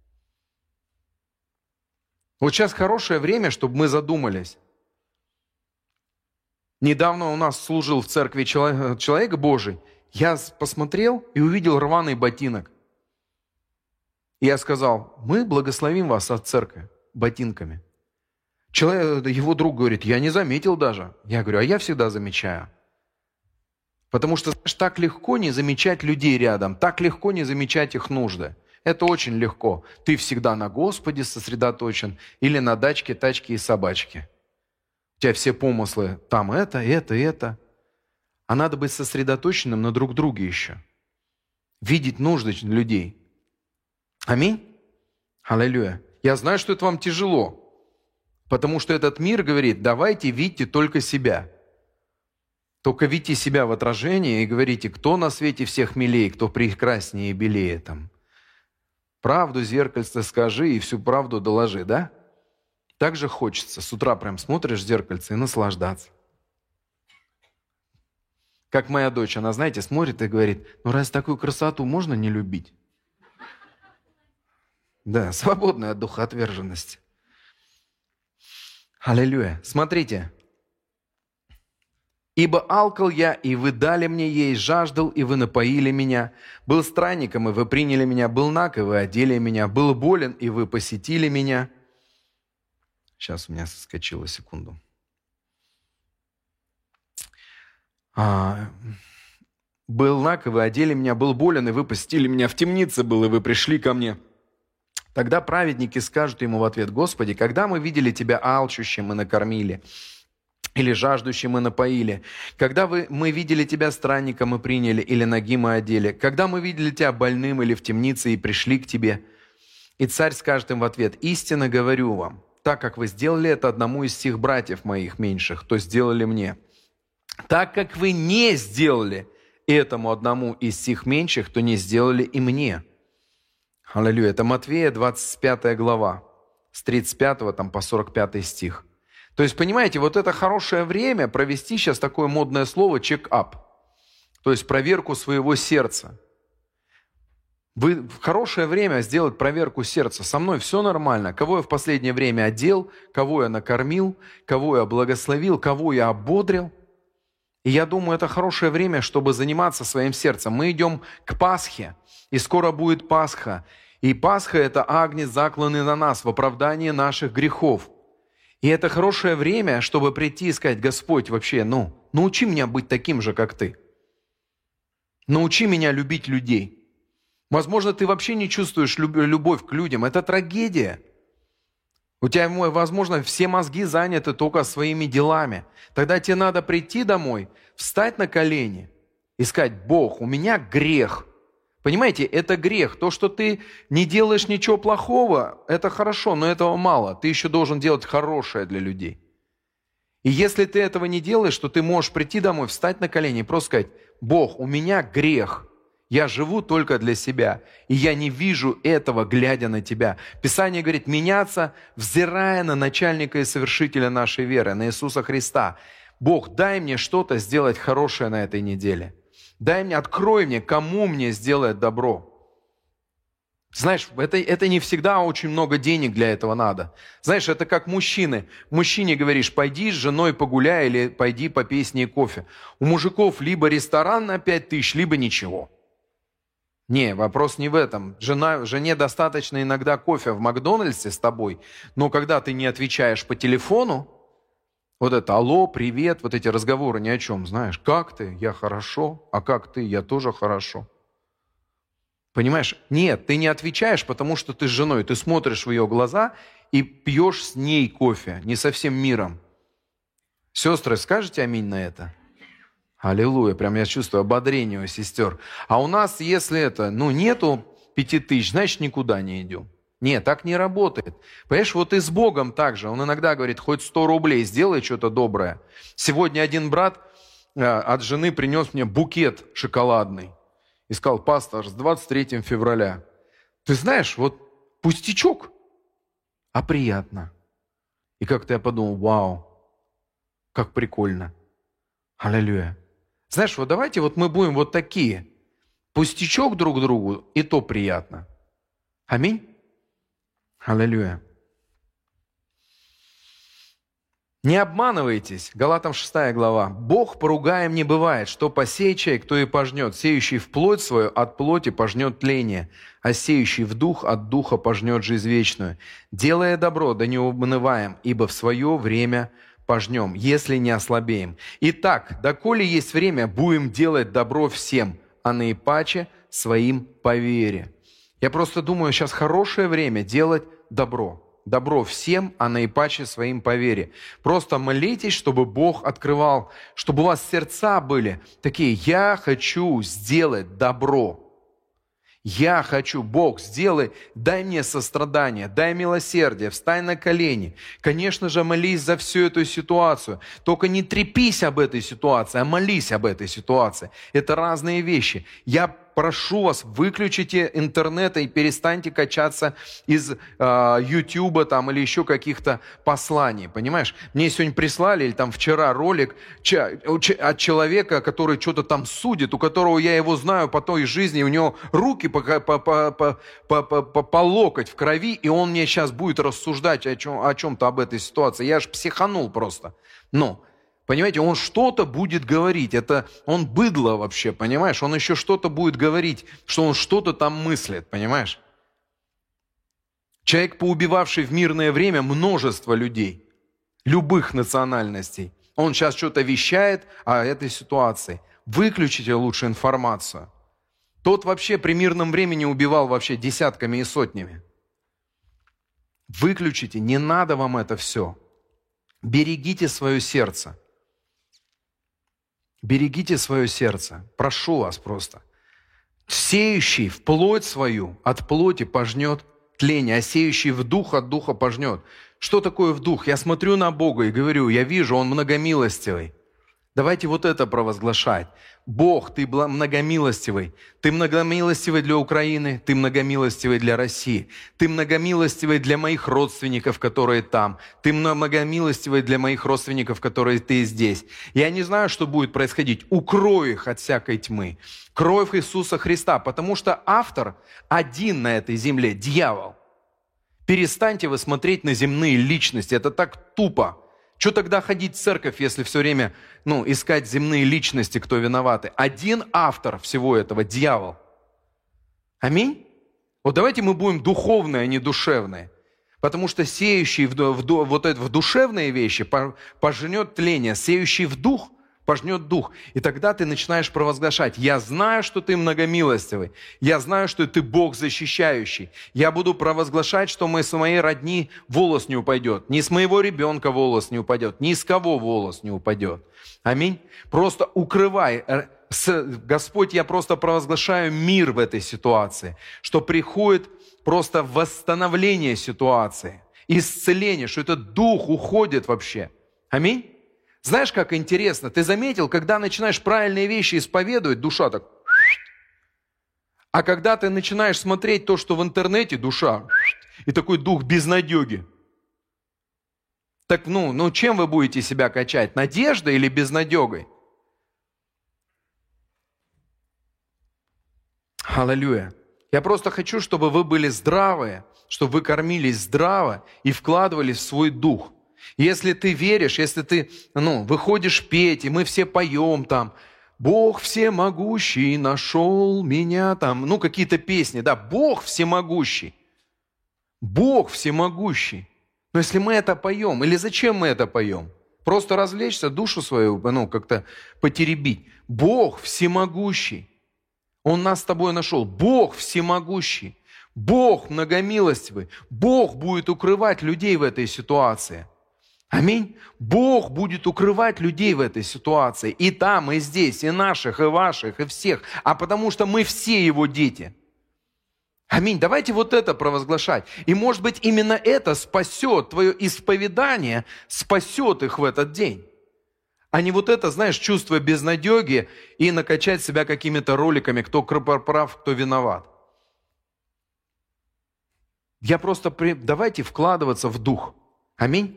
Вот сейчас хорошее время, чтобы мы задумались. Недавно у нас служил в церкви человек Божий. Я посмотрел и увидел рваный ботинок. И я сказал, мы благословим вас от церкви ботинками. Его друг говорит, я не заметил даже. Я говорю, а я всегда замечаю. Потому что, знаешь, так легко не замечать людей рядом, так легко не замечать их нужды. Это очень легко. Ты всегда на Господе сосредоточен или на дачке, тачке и собачке. У тебя все помыслы там это. А надо быть сосредоточенным на друг друге еще. Видеть нужды людей. Аминь? Аллилуйя. Я знаю, что это вам тяжело. Потому что этот мир говорит, давайте видите только себя. Только видите себя в отражении и говорите, кто на свете всех милее, кто прекраснее и белее там. Правду зеркальце скажи и всю правду доложи, да? Так же хочется. С утра прям смотришь в зеркальце и наслаждаться. Как моя дочь, она, знаете, смотрит и говорит, ну раз такую красоту можно не любить? Да, свободная от духоотверженности. Аллилуйя. Смотрите. «Ибо алкал я, и вы дали мне есть, жаждал, и вы напоили меня, был странником, и вы приняли меня, был наг, и вы одели меня, был болен, и вы посетили меня». Сейчас у меня соскочило, секунду. «Был наг, и вы одели меня, был болен, и вы посетили меня, в темнице был, и вы пришли ко мне». Тогда праведники скажут ему в ответ, «Господи, когда мы видели Тебя алчущим и накормили, или жаждущим и напоили? Когда мы видели Тебя странником и приняли, или нагим и одели? Когда мы видели Тебя больным или в темнице и пришли к Тебе?» И царь скажет им в ответ, «Истинно говорю вам, так как вы сделали это одному из сих братьев моих меньших, то сделали мне. Так как вы не сделали этому одному из сих меньших, то не сделали и мне». Аллилуйя. Это Матфея, 25 глава, с 35 там, по 45 стих. То есть, понимаете, вот это хорошее время провести сейчас такое модное слово «чек-ап», то есть проверку своего сердца. Вы в хорошее время сделать проверку сердца. Со мной все нормально. Кого я в последнее время одел, кого я накормил, кого я благословил, кого я ободрил. И я думаю, это хорошее время, чтобы заниматься своим сердцем. Мы идем к Пасхе, и скоро будет Пасха. И Пасха – это агнец, закланный на нас в оправдании наших грехов. И это хорошее время, чтобы прийти и сказать, Господь, вообще, научи меня быть таким же, как Ты. Научи меня любить людей. Возможно, ты вообще не чувствуешь любовь к людям. Это трагедия. У тебя, возможно, все мозги заняты только своими делами. Тогда тебе надо прийти домой, встать на колени и сказать, Бог, у меня грех. Понимаете, это грех. То, что ты не делаешь ничего плохого, это хорошо, но этого мало. Ты еще должен делать хорошее для людей. И если ты этого не делаешь, то ты можешь прийти домой, встать на колени и просто сказать, Бог, у меня грех. Я живу только для себя, и я не вижу этого, глядя на Тебя. Писание говорит, меняться, взирая на начальника и совершителя нашей веры, на Иисуса Христа. Бог, дай мне что-то сделать хорошее на этой неделе. Дай мне, открой мне, кому мне сделать добро. Знаешь, это не всегда очень много денег для этого надо. Знаешь, это как мужчины. Мужчине говоришь, пойди с женой погуляй или пойди попей с ней кофе. У мужиков либо ресторан на 5000, либо ничего. Не, вопрос не в этом. Жене достаточно иногда кофе в Макдональдсе с тобой, но когда ты не отвечаешь по телефону, вот это алло, привет, вот эти разговоры ни о чем, знаешь. Как ты? Я хорошо. А как ты? Я тоже хорошо. Понимаешь? Нет, ты не отвечаешь, потому что ты с женой. Ты смотришь в ее глаза и пьешь с ней кофе, не со всем миром. Сестры, скажете аминь на это? Аллилуйя, прям я чувствую ободрение у сестер. А у нас, если нету 5000, значит, никуда не идем. Нет, так не работает. Понимаешь, вот и с Богом так же. Он иногда говорит, хоть 100 рублей, сделай что-то доброе. Сегодня один брат от жены принес мне букет шоколадный. И сказал, пастор, с 23 февраля. Ты знаешь, вот пустячок, а приятно. И как-то я подумал, вау, как прикольно. Аллилуйя. Знаешь, вот давайте вот мы будем вот такие. Пустячок друг другу, и то приятно. Аминь. Аллилуйя. Не обманывайтесь. Галатам 6 глава. Бог поругаем не бывает, что посеет человек, то и пожнет. Сеющий в плоть свою от плоти пожнет тление, а сеющий в дух от духа пожнет жизнь вечную. Делая добро, да не унываем, ибо в свое время пожнем, если не ослабеем. Итак, доколе есть время, будем делать добро всем, а наипаче своим по вере. Я просто думаю, сейчас хорошее время делать добро. Добро всем, а наипаче своим по вере. Просто молитесь, чтобы Бог открывал, чтобы у вас сердца были такие: я хочу сделать добро. Я хочу, Бог, сделай, дай мне сострадание, дай милосердие, встань на колени. Конечно же, молись за всю эту ситуацию. Только не трепись об этой ситуации, а молись об этой ситуации. Это разные вещи. Я прошу вас, выключите интернет и перестаньте качаться из Ютуба там, или еще каких-то посланий, понимаешь? Мне сегодня прислали, или там вчера ролик от человека, который что-то там судит, у которого я его знаю по той жизни, у него руки по локоть в крови, и он мне сейчас будет рассуждать о чем-то об этой ситуации. Я аж психанул просто. Но... Понимаете, он что-то будет говорить. Это он быдло вообще, понимаешь? Он еще что-то будет говорить, что он что-то там мыслит, понимаешь? Человек, поубивавший в мирное время множество людей, любых национальностей, он сейчас что-то вещает о этой ситуации. Выключите лучше информацию. Тот вообще при мирном времени убивал вообще десятками и сотнями. Выключите, не надо вам это все. Берегите свое сердце. Берегите свое сердце. Прошу вас просто. Сеющий в плоть свою от плоти пожнет тление, а сеющий в дух от духа пожнет. Что такое в дух? Я смотрю на Бога и говорю, я вижу, Он многомилостивый. Давайте вот это провозглашать. Бог, Ты многомилостивый. Ты многомилостивый для Украины, Ты многомилостивый для России. Ты многомилостивый для моих родственников, которые там. Ты многомилостивый для моих родственников, которые Ты здесь. Я не знаю, что будет происходить. Укрой их от всякой тьмы. Кровь Иисуса Христа, потому что автор один на этой земле, дьявол. Перестаньте вы смотреть на земные личности. Это так тупо. Что тогда ходить в церковь, если все время искать земные личности, кто виноваты? Один автор всего этого – дьявол. Аминь? Вот давайте мы будем духовные, а не душевные. Потому что сеющий в душевные вещи пожнет тление, сеющий в дух пожнет дух. И тогда ты начинаешь провозглашать: я знаю, что ты многомилостивый, я знаю, что ты Бог защищающий. Я буду провозглашать, что с моей родни волос не упадет, ни с моего ребенка волос не упадет, ни с кого волос не упадет. Аминь. Просто укрывай. Господь, я просто провозглашаю мир в этой ситуации, что приходит просто восстановление ситуации, исцеление, что этот дух уходит вообще. Аминь. Знаешь, как интересно, ты заметил, когда начинаешь правильные вещи исповедовать, душа так... А когда ты начинаешь смотреть то, что в интернете, душа... И такой дух безнадеги. Так, чем вы будете себя качать? Надеждой или безнадегой? Аллилуйя. Я просто хочу, чтобы вы были здравые, чтобы вы кормились здраво и вкладывались в свой дух. Если ты веришь, если ты выходишь петь, и мы все поем там, «Бог всемогущий нашел меня», там, какие-то песни, да, Бог всемогущий. Бог всемогущий. Но если мы это поем, или зачем мы это поем? Просто развлечься, душу свою, как-то потеребить. Бог всемогущий. Он нас с тобой нашел. Бог всемогущий. Бог многомилостивый. Бог будет укрывать людей в этой ситуации. Аминь. Бог будет укрывать людей в этой ситуации. И там, и здесь, и наших, и ваших, и всех. А потому что мы все Его дети. Аминь. Давайте вот это провозглашать. И может быть именно это спасет твое исповедание, спасет их в этот день. А не вот это, знаешь, чувство безнадеги и накачать себя какими-то роликами, кто прав, кто виноват. Давайте вкладываться в дух. Аминь.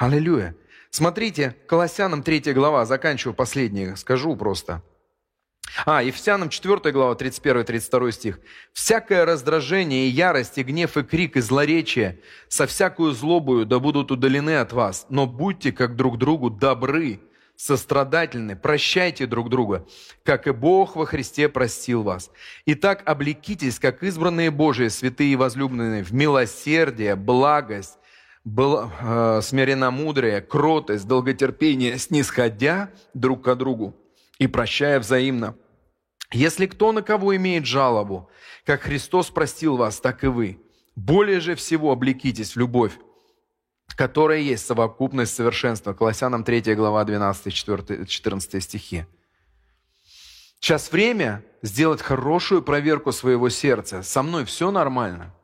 Аллилуйя. Смотрите, Колоссянам 3 глава, заканчиваю последнее, скажу просто. Ефесянам 4 глава, 31-32 стих. «Всякое раздражение и ярость, и гнев, и крик, и злоречие, со всякую злобою да будут удалены от вас, но будьте как друг другу добры, сострадательны, прощайте друг друга, как и Бог во Христе простил вас. Итак, облекитесь, как избранные Божии, святые и возлюбленные, в милосердие, благость, смиренномудрие, кротость, долготерпение, снисходя друг к другу и прощая взаимно. Если кто на кого имеет жалобу, как Христос простил вас, так и вы. Более же всего облекитесь в любовь, которая есть совокупность совершенства». Колоссянам 3 глава, 12-14 стихи. Сейчас время сделать хорошую проверку своего сердца. Со мной все нормально?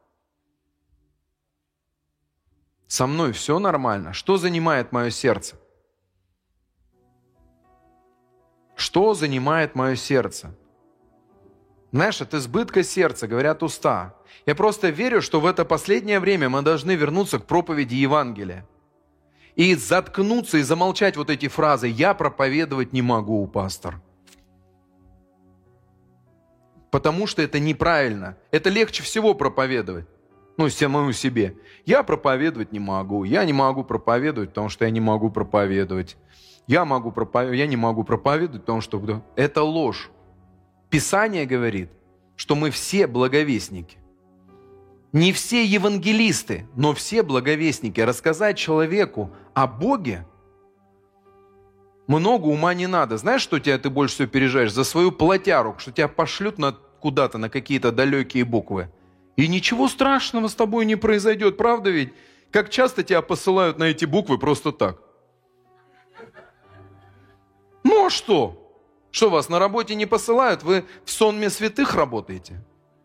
Со мной все нормально? Что занимает мое сердце? Что занимает мое сердце? Знаешь, от избытка сердца говорят уста. Я просто верю, что в это последнее время мы должны вернуться к проповеди Евангелия. И заткнуться и замолчать вот эти фразы «я проповедовать не могу, пастор». Потому что это неправильно. Это легче всего проповедовать. Самому себе. Я проповедовать не могу. Я не могу проповедовать, потому что я не могу проповедовать. Я не могу проповедовать, потому что... Это ложь. Писание говорит, что мы все благовестники. Не все евангелисты, но все благовестники. Рассказать человеку о Боге много ума не надо. Знаешь, что ты больше всего переживаешь? За свою плотяру, что тебя пошлют куда-то на какие-то далекие буквы. И ничего страшного с тобой не произойдет, правда ведь? Как часто тебя посылают на эти буквы просто так? Ну а что? Что, вас на работе не посылают? Вы в сонме святых работаете?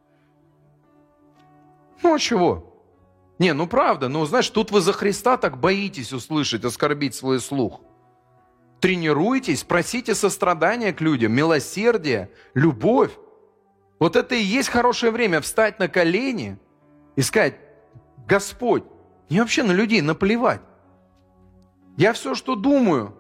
Ну а чего? Правда, знаешь, тут вы за Христа так боитесь услышать, оскорбить свой слух. Тренируйтесь, просите сострадания к людям, милосердия, любовь. Вот это и есть хорошее время, встать на колени и сказать: Господь, мне вообще на людей наплевать. Я все, что думаю,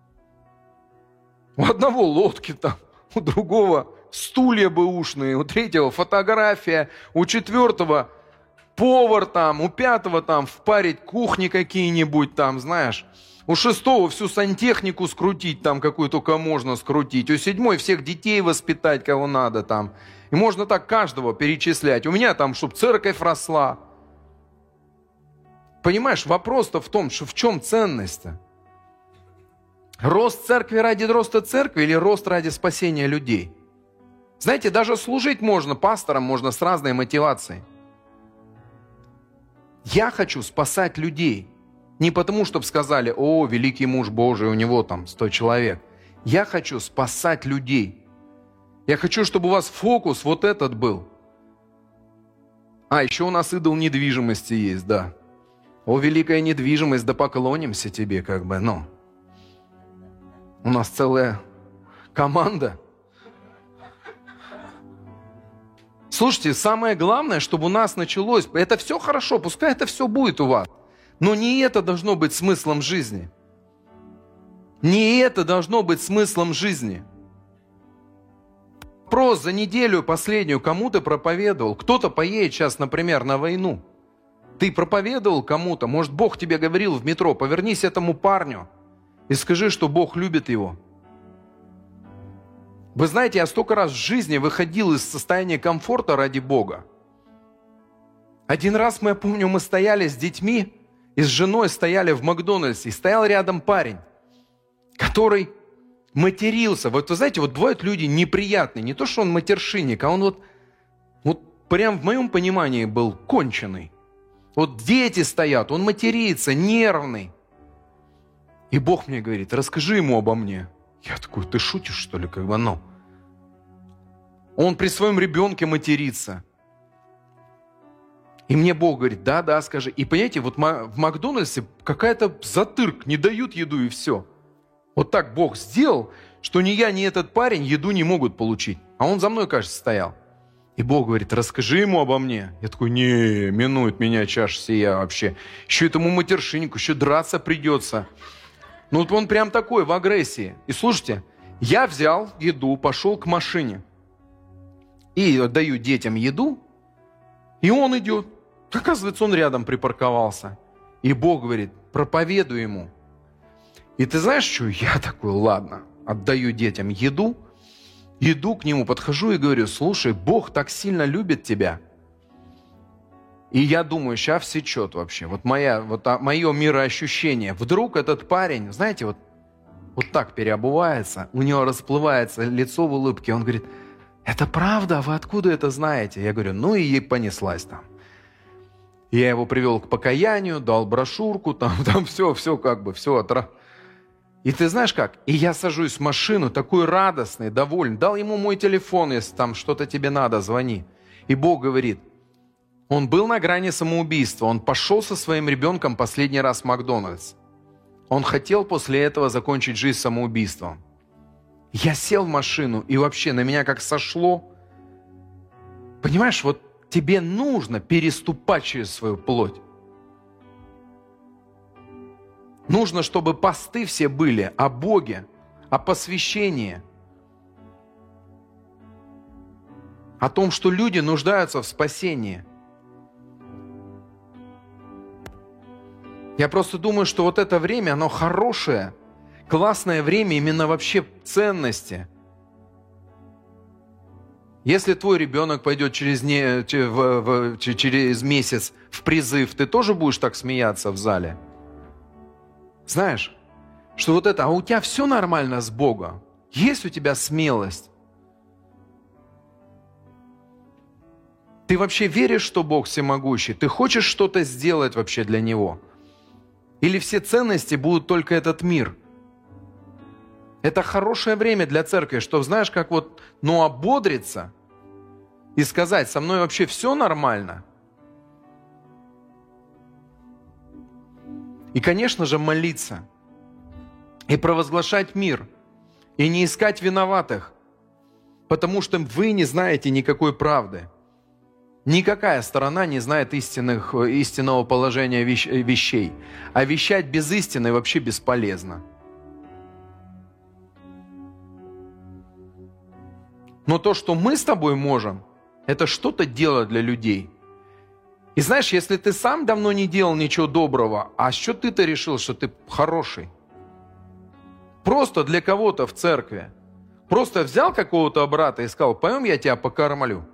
у одного лодки там, у другого стулья бэушные, у третьего фотография, у четвертого повар там, у пятого там впарить кухни какие-нибудь там, знаешь. У шестого всю сантехнику скрутить там, какую только можно скрутить. У седьмой всех детей воспитать, кого надо там. И можно так каждого перечислять. У меня там, чтобы церковь росла. Понимаешь, вопрос-то в том, что в чем ценность-то? Рост церкви ради роста церкви или рост ради спасения людей? Знаете, даже служить можно, пастором можно с разной мотивацией. Я хочу спасать людей. Не потому, чтобы сказали: о, великий муж Божий, у него там 100 человек. Я хочу спасать людей. Я хочу, чтобы у вас фокус вот этот был. Еще у нас идол недвижимости есть, да. О, великая недвижимость, да поклонимся тебе, У нас целая команда. Слушайте, самое главное, чтобы у нас началось, это все хорошо, пускай это все будет у вас, но не это должно быть смыслом жизни. Не это должно быть смыслом жизни. Вопрос: за неделю последнюю кому ты проповедовал? Кто-то поедет сейчас, например, на войну. Ты проповедовал кому-то? Может, Бог тебе говорил в метро: повернись этому парню и скажи, что Бог любит его. Вы знаете, я столько раз в жизни выходил из состояния комфорта ради Бога. Один раз, я помню, мы стояли с детьми и с женой стояли в Макдональдсе, и стоял рядом парень, который матерился. Вот вы знаете, бывают люди неприятные. Не то, что он матершинник, а он прям в моем понимании был конченый. Дети стоят, он матерится, нервный. И Бог мне говорит: расскажи ему обо мне. Я такой: ты шутишь, что ли, Он при своем ребенке матерится. И мне Бог говорит: да, скажи. И понимаете, в Макдональдсе какая-то затырк, не дают еду и все. Так Бог сделал, что ни я, ни этот парень еду не могут получить. А он за мной, кажется, стоял. И Бог говорит: расскажи ему обо мне. Я такой: не, минует меня чаша сия вообще. Еще этому матершиннику, еще драться придется. Он прям такой, в агрессии. И слушайте, Я взял еду, пошел к машине. И отдаю детям еду, и он идет. Оказывается, он рядом припарковался. И Бог говорит, проповедуй ему. И ты знаешь, что? Я такой, ладно, отдаю детям еду, иду к нему, подхожу и говорю, слушай, Бог так сильно любит тебя. И я думаю, сейчас всечет вообще. Вот мое мироощущение. Вдруг этот парень, знаете, вот так переобувается, у него расплывается лицо в улыбке. Он говорит, это правда? Вы откуда это знаете? Я говорю, ну и ей понеслась там. Я его привел к покаянию, дал брошюрку, там все как бы, все. И ты знаешь как? И я сажусь в машину, такой радостный, довольный. Дал ему мой телефон, если там что-то тебе надо, звони. И Бог говорит, он был на грани самоубийства, он пошел со своим ребенком последний раз в Макдональдс. Он хотел после этого закончить жизнь самоубийством. Я сел в машину, и вообще на меня как сошло. Понимаешь, вот тебе нужно переступать через свою плоть. Нужно, чтобы посты все были о Боге, о посвящении, о том, что люди нуждаются в спасении. Я просто думаю, что вот это время, оно хорошее, классное время именно вообще ценности. Если твой ребенок пойдет через месяц в призыв, ты тоже будешь так смеяться в зале? Знаешь, что вот это, а у тебя все нормально с Богом? Есть у тебя смелость? Ты вообще веришь, что Бог всемогущий? Ты хочешь что-то сделать вообще для Него? Или все ценности будут только этот мир? Это хорошее время для церкви, что, знаешь, как вот, ободриться и сказать, со мной вообще все нормально. И, конечно же, молиться и провозглашать мир, и не искать виноватых, потому что вы не знаете никакой правды. Никакая сторона не знает истинного положения вещей, а вещать без истины вообще бесполезно. Но то, что мы с тобой можем, это что-то делать для людей. И знаешь, если ты сам давно не делал ничего доброго, а что ты-то решил, что ты хороший? Просто для кого-то в церкви. Просто взял какого-то брата и сказал, пойдем я тебя покормлю.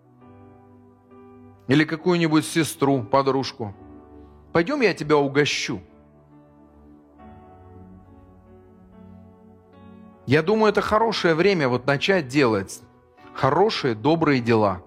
Или какую-нибудь сестру, подружку. Пойдем я тебя угощу. Я думаю, это хорошее время вот начать делать хорошие, добрые дела.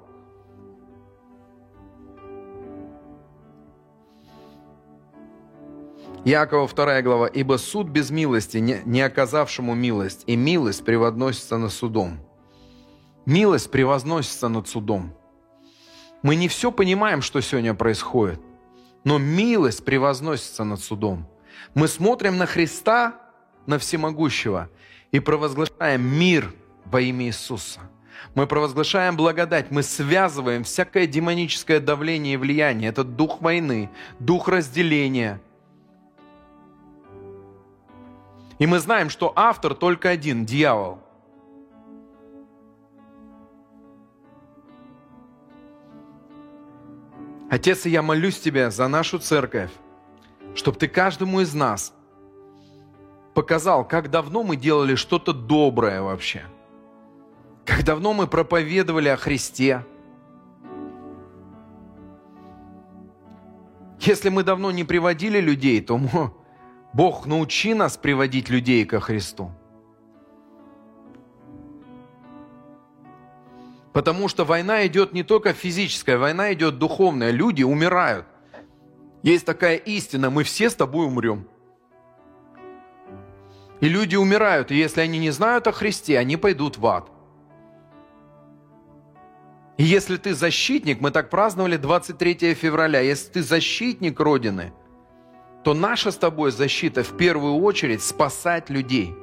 Иакова 2 глава. «Ибо суд без милости, не оказавшему милость, и милость превозносится над судом». Милость превозносится над судом. Мы не все понимаем, что сегодня происходит, но милость превозносится над судом. Мы смотрим на Христа, на Всемогущего, и провозглашаем мир во имя Иисуса. Мы провозглашаем благодать, мы связываем всякое демоническое давление и влияние. Это дух войны, дух разделения. И мы знаем, что автор только один – дьявол. Отец, я молюсь Тебя за нашу церковь, чтобы Ты каждому из нас показал, как давно мы делали что-то доброе вообще. Как давно мы проповедовали о Христе. Если мы давно не приводили людей, то Бог, научи нас приводить людей ко Христу. Потому что война идет не только физическая, война идет духовная. Люди умирают. Есть такая истина, мы все с тобой умрем. И люди умирают, и если они не знают о Христе, они пойдут в ад. И если ты защитник, мы так праздновали 23 февраля, если ты защитник Родины, то наша с тобой защита в первую очередь спасать людей.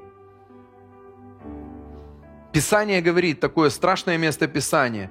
Писание говорит, такое страшное место Писания.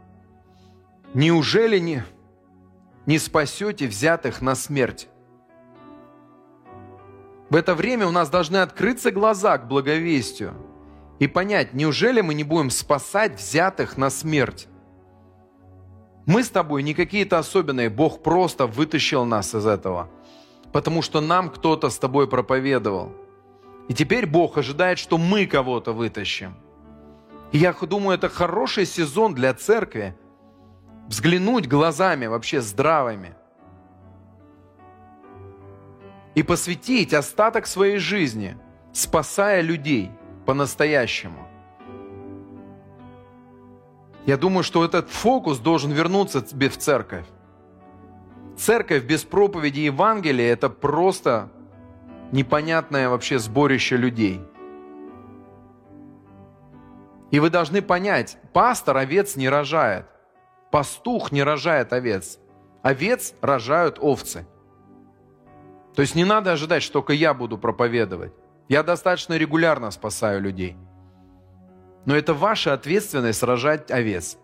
Неужели не спасете взятых на смерть? В это время у нас должны открыться глаза к благовестию. и понять, неужели мы не будем спасать взятых на смерть? Мы с тобой не какие-то особенные, Бог просто вытащил нас из этого, потому что нам кто-то с тобой проповедовал. И теперь Бог ожидает, что мы кого-то вытащим. И я думаю, это хороший сезон для церкви, взглянуть глазами вообще здравыми и посвятить остаток своей жизни, спасая людей по-настоящему. Я думаю, что этот фокус должен вернуться тебе в церковь. Церковь без проповеди Евангелия – это просто непонятное вообще сборище людей. И вы должны понять, пастор овец не рожает, пастух не рожает овец. Овец рожают овцы. То есть не надо ожидать, что только я буду проповедовать. Я достаточно регулярно спасаю людей. Но это ваша ответственность рожать овец.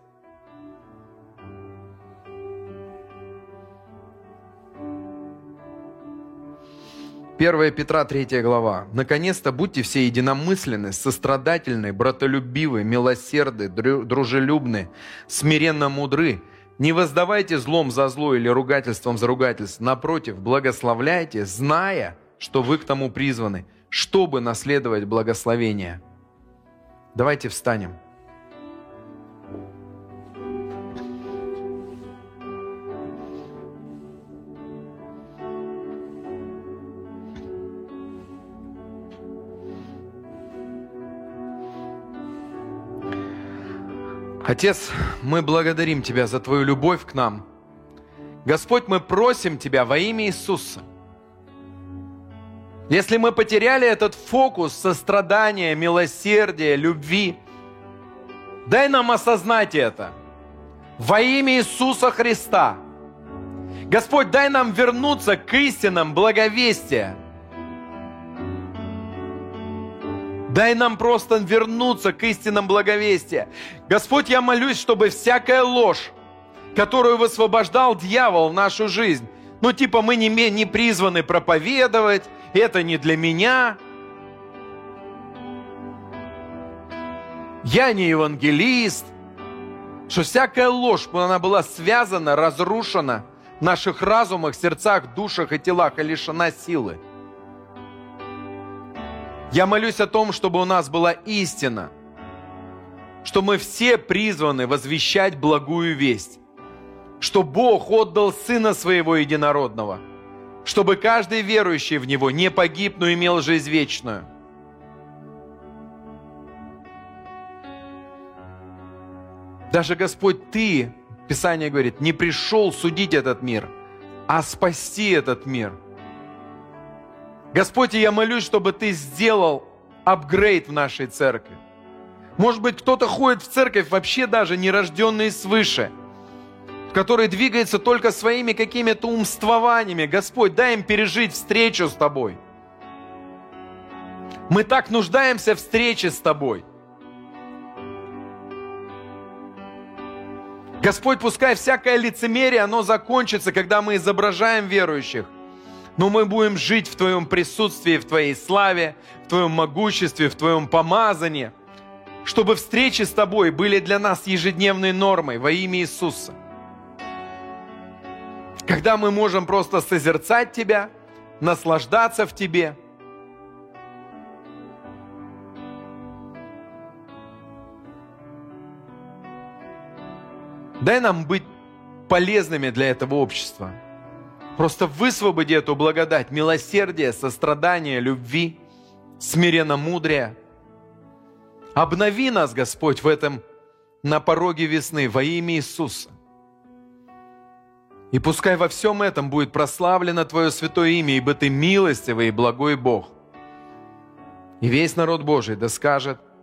Первая Петра, 3 глава. «Наконец-то будьте все единомысленны, сострадательны, братолюбивы, милосердны, дружелюбны, смиренно мудры. Не воздавайте злом за зло или ругательством за ругательство. Напротив, благословляйте, зная, что вы к тому призваны, чтобы наследовать благословение». Давайте встанем. Отец, мы благодарим Тебя за Твою любовь к нам. Господь, мы просим Тебя во имя Иисуса. Если мы потеряли этот фокус сострадания, милосердия, любви, дай нам осознать это во имя Иисуса Христа. Господь, дай нам вернуться к истинам благовестия. Дай нам просто вернуться к истинам благовестия. Господь, я молюсь, чтобы всякая ложь, которую высвобождал дьявол в нашу жизнь, мы не призваны проповедовать, это не для меня, я не евангелист, что всякая ложь, она была связана, разрушена в наших разумах, сердцах, душах и телах и лишена силы. Я молюсь о том, чтобы у нас была истина, что мы все призваны возвещать благую весть, что Бог отдал Сына Своего Единородного, чтобы каждый верующий в Него не погиб, но имел жизнь вечную. Даже, Господь, Ты, Писание говорит, не пришел судить этот мир, а спасти этот мир. Господь, я молюсь, чтобы Ты сделал апгрейд в нашей церкви. Может быть, кто-то ходит в церковь вообще даже не рожденный свыше, который двигается только своими какими-то умствованиями. Господь, дай им пережить встречу с Тобой. Мы так нуждаемся в встрече с Тобой. Господь, пускай всякое лицемерие, оно закончится, когда мы изображаем верующих. Но мы будем жить в Твоем присутствии, в Твоей славе, в Твоем могуществе, в Твоем помазании, чтобы встречи с Тобой были для нас ежедневной нормой во имя Иисуса. Когда мы можем просто созерцать Тебя, наслаждаться в Тебе. Дай нам быть полезными для этого общества. Просто высвободи эту благодать, милосердие, сострадание, любви, смиренно-мудрия. Обнови нас, Господь, в этом на пороге весны во имя Иисуса. И пускай во всем этом будет прославлено Твое святое имя, ибо Ты милостивый и благой Бог. И весь народ Божий да скажет: